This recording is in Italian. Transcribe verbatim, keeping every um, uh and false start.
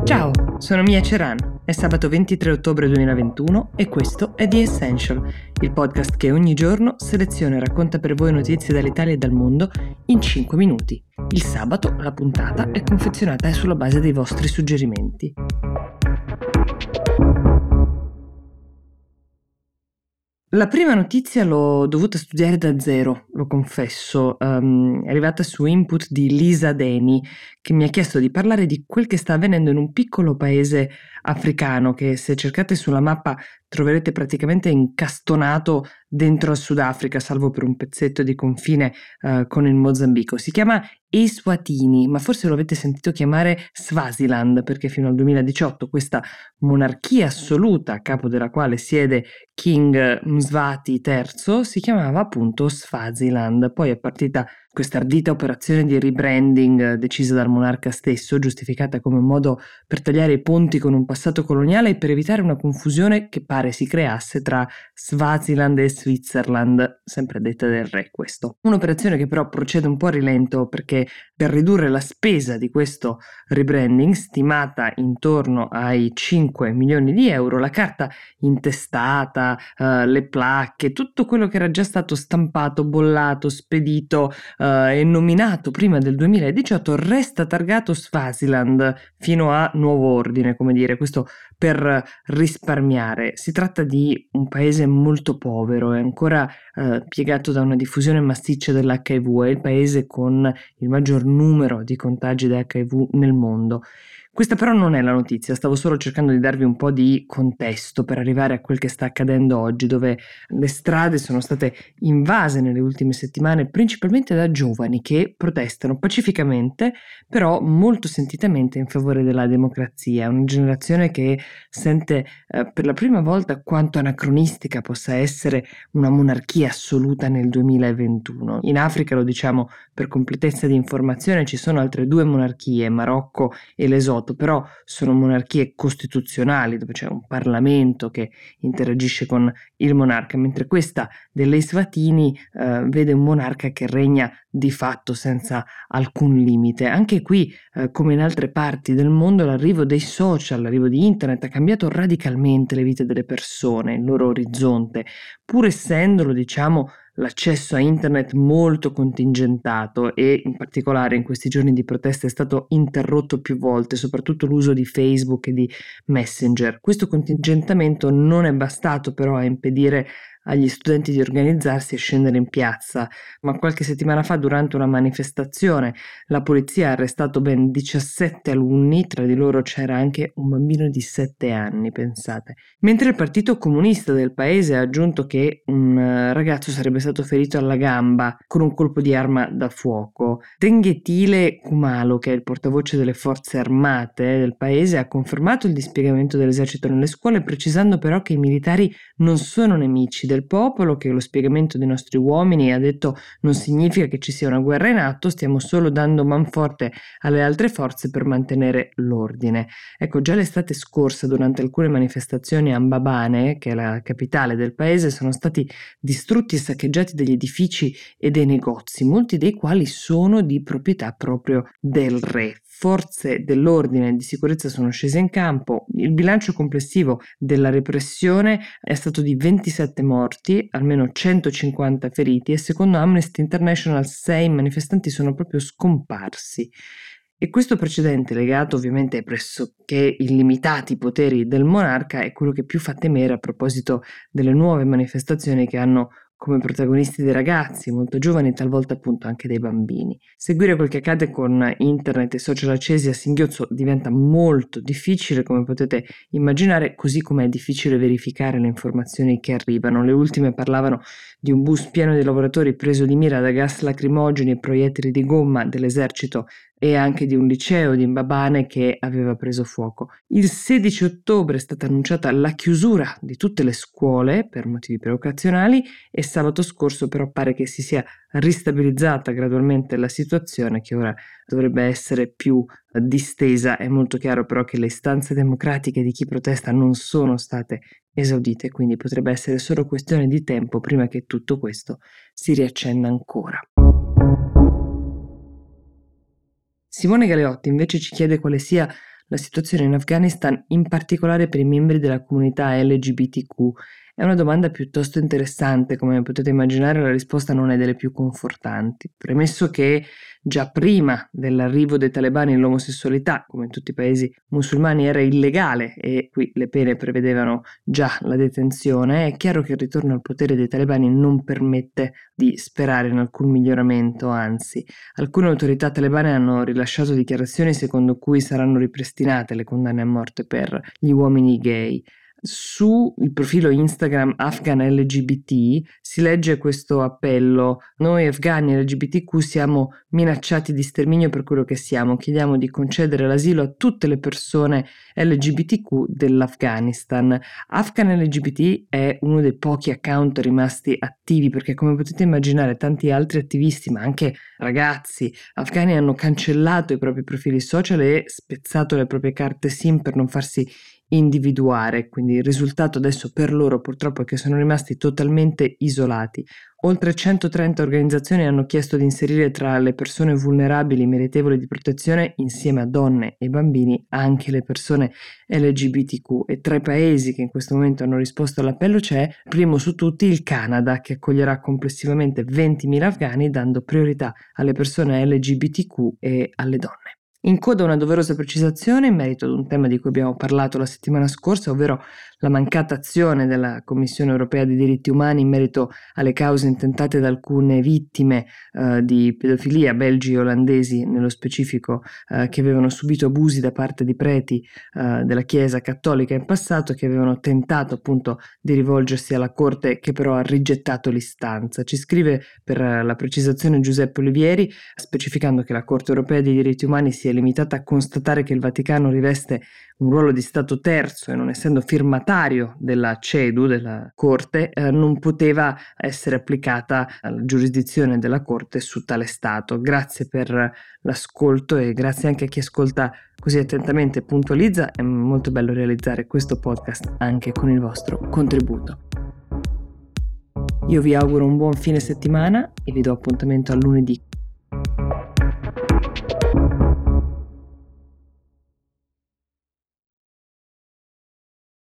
Ciao, sono Mia Ceran, è sabato ventitré ottobre duemilaventuno e questo è The Essential, il podcast che ogni giorno seleziona e racconta per voi notizie dall'Italia e dal mondo in cinque minuti. Il sabato la puntata è confezionata sulla base dei vostri suggerimenti. La prima notizia l'ho dovuta studiare da zero, lo confesso, um, è arrivata su input di Lisa Deni, che mi ha chiesto di parlare di quel che sta avvenendo in un piccolo paese africano che, se cercate sulla mappa, troverete praticamente incastonato dentro al Sudafrica, salvo per un pezzetto di confine uh, con il Mozambico. Si chiama Eswatini, ma forse lo avete sentito chiamare Swaziland, perché fino al duemiladiciotto questa monarchia assoluta, a capo della quale siede King Mswati terzo, si chiamava appunto Swaziland. Poi è partita questa ardita operazione di rebranding decisa dal monarca stesso, giustificata come un modo per tagliare i ponti con un passato coloniale e per evitare una confusione che pare si creasse tra Swaziland e Switzerland, sempre a detta del re questo. Un'operazione che però procede un po' a rilento, perché per ridurre la spesa di questo rebranding, stimata intorno ai cinque milioni di euro, la carta intestata, uh, le placche, tutto quello che era già stato stampato, bollato, spedito uh, e nominato prima del duemiladiciotto resta targato Swaziland fino a nuovo ordine, come dire, questo per risparmiare. Si tratta di un paese molto povero, è ancora uh, piegato da una diffusione massiccia dell'H I V, è il paese con il maggior numero di contagi da H I V nel mondo. Questa però non è la notizia, stavo solo cercando di darvi un po' di contesto per arrivare a quel che sta accadendo oggi, dove le strade sono state invase nelle ultime settimane principalmente da giovani che protestano pacificamente, però molto sentitamente in favore della democrazia. Una generazione che sente eh, per la prima volta quanto anacronistica possa essere una monarchia assoluta nel duemilaventuno. In Africa, lo diciamo per completezza di informazione, ci sono altre due monarchie, Marocco e Lesotho, però sono monarchie costituzionali dove c'è un Parlamento che interagisce con il monarca, mentre questa delle Eswatini eh, vede un monarca che regna di fatto senza alcun limite. Anche qui, eh, come in altre parti del mondo, l'arrivo dei social, l'arrivo di internet ha cambiato radicalmente le vite delle persone, il loro orizzonte, pur essendolo, diciamo, l'accesso a internet molto contingentato e in particolare in questi giorni di protesta è stato interrotto più volte, soprattutto l'uso di Facebook e di Messenger. Questo contingentamento non è bastato però a impedire agli studenti di organizzarsi e scendere in piazza, ma qualche settimana fa, durante una manifestazione, la polizia ha arrestato ben diciassette alunni, tra di loro c'era anche un bambino di sette anni, pensate. Mentre il Partito Comunista del paese ha aggiunto che un ragazzo sarebbe stato ferito alla gamba con un colpo di arma da fuoco. Tenghetile Kumalo, che è il portavoce delle forze armate del paese, ha confermato il dispiegamento dell'esercito nelle scuole, precisando però che i militari non sono nemici del popolo, che lo spiegamento dei nostri uomini, ha detto, non significa che ci sia una guerra in atto, stiamo solo dando manforte alle altre forze per mantenere l'ordine. Ecco, già l'estate scorsa, durante alcune manifestazioni a Mbabane, che è la capitale del paese, sono stati distrutti e saccheggiati degli edifici e dei negozi, molti dei quali sono di proprietà proprio del re. Forze dell'ordine e di sicurezza sono scese in campo. Il bilancio complessivo della repressione è stato di ventisette morti, almeno centocinquanta feriti e secondo Amnesty International sei manifestanti sono proprio scomparsi. E questo precedente, legato ovviamente ai pressoché illimitati poteri del monarca, è quello che più fa temere a proposito delle nuove manifestazioni che hanno come protagonisti dei ragazzi molto giovani, talvolta appunto anche dei bambini. Seguire quel che accade con internet e social accesi a singhiozzo diventa molto difficile, come potete immaginare, così come è difficile verificare le informazioni che arrivano. Le ultime parlavano di un bus pieno di lavoratori preso di mira da gas lacrimogeni e proiettili di gomma dell'esercito e anche di un liceo di Mbabane che aveva preso fuoco. Il sedici ottobre è stata annunciata la chiusura di tutte le scuole per motivi preoccupazionali e sabato scorso però pare che si sia ristabilizzata gradualmente la situazione, che ora dovrebbe essere più distesa. È molto chiaro però che le istanze democratiche di chi protesta non sono state esaudite, quindi potrebbe essere solo questione di tempo prima che tutto questo si riaccenda ancora. Simone Galeotti invece ci chiede quale sia la situazione in Afghanistan, in particolare per i membri della comunità L G B T Q? È una domanda piuttosto interessante, come potete immaginare la risposta non è delle più confortanti. Premesso che già prima dell'arrivo dei talebani l'omosessualità, come in tutti i paesi musulmani, era illegale e qui le pene prevedevano già la detenzione, è chiaro che il ritorno al potere dei talebani non permette di sperare in alcun miglioramento, anzi, alcune autorità talebane hanno rilasciato dichiarazioni secondo cui saranno ripristinate le condanne a morte per gli uomini gay. Su il profilo Instagram Afghan L G B T si legge questo appello: noi afghani L G B T Q siamo minacciati di sterminio per quello che siamo, chiediamo di concedere l'asilo a tutte le persone L G B T Q dell'Afghanistan. Afghan L G B T è uno dei pochi account rimasti attivi perché, come potete immaginare, tanti altri attivisti, ma anche ragazzi afghani, hanno cancellato i propri profili social e spezzato le proprie carte SIM per non farsi individuare, quindi il risultato adesso per loro purtroppo è che sono rimasti totalmente isolati. Oltre centotrenta organizzazioni hanno chiesto di inserire tra le persone vulnerabili meritevoli di protezione, insieme a donne e bambini, anche le persone L G B T Q, e tra i paesi che in questo momento hanno risposto all'appello c'è, primo su tutti, il Canada, che accoglierà complessivamente ventimila afghani, dando priorità alle persone L G B T Q e alle donne. In coda una doverosa precisazione in merito ad un tema di cui abbiamo parlato la settimana scorsa, ovvero la mancata azione della Commissione europea dei diritti umani in merito alle cause intentate da alcune vittime eh, di pedofilia, belgi e olandesi nello specifico, eh, che avevano subito abusi da parte di preti eh, della Chiesa cattolica in passato, che avevano tentato appunto di rivolgersi alla Corte, che però ha rigettato l'istanza. Ci scrive per la precisazione Giuseppe Olivieri, specificando che la Corte europea dei diritti umani si è limitata a constatare che il Vaticano riveste un ruolo di Stato terzo e, non essendo firmatario della C E D U, della Corte, eh, non poteva essere applicata la giurisdizione della Corte su tale Stato. Grazie per l'ascolto e grazie anche a chi ascolta così attentamente e puntualizza. È molto bello realizzare questo podcast anche con il vostro contributo. Io vi auguro un buon fine settimana e vi do appuntamento a lunedì.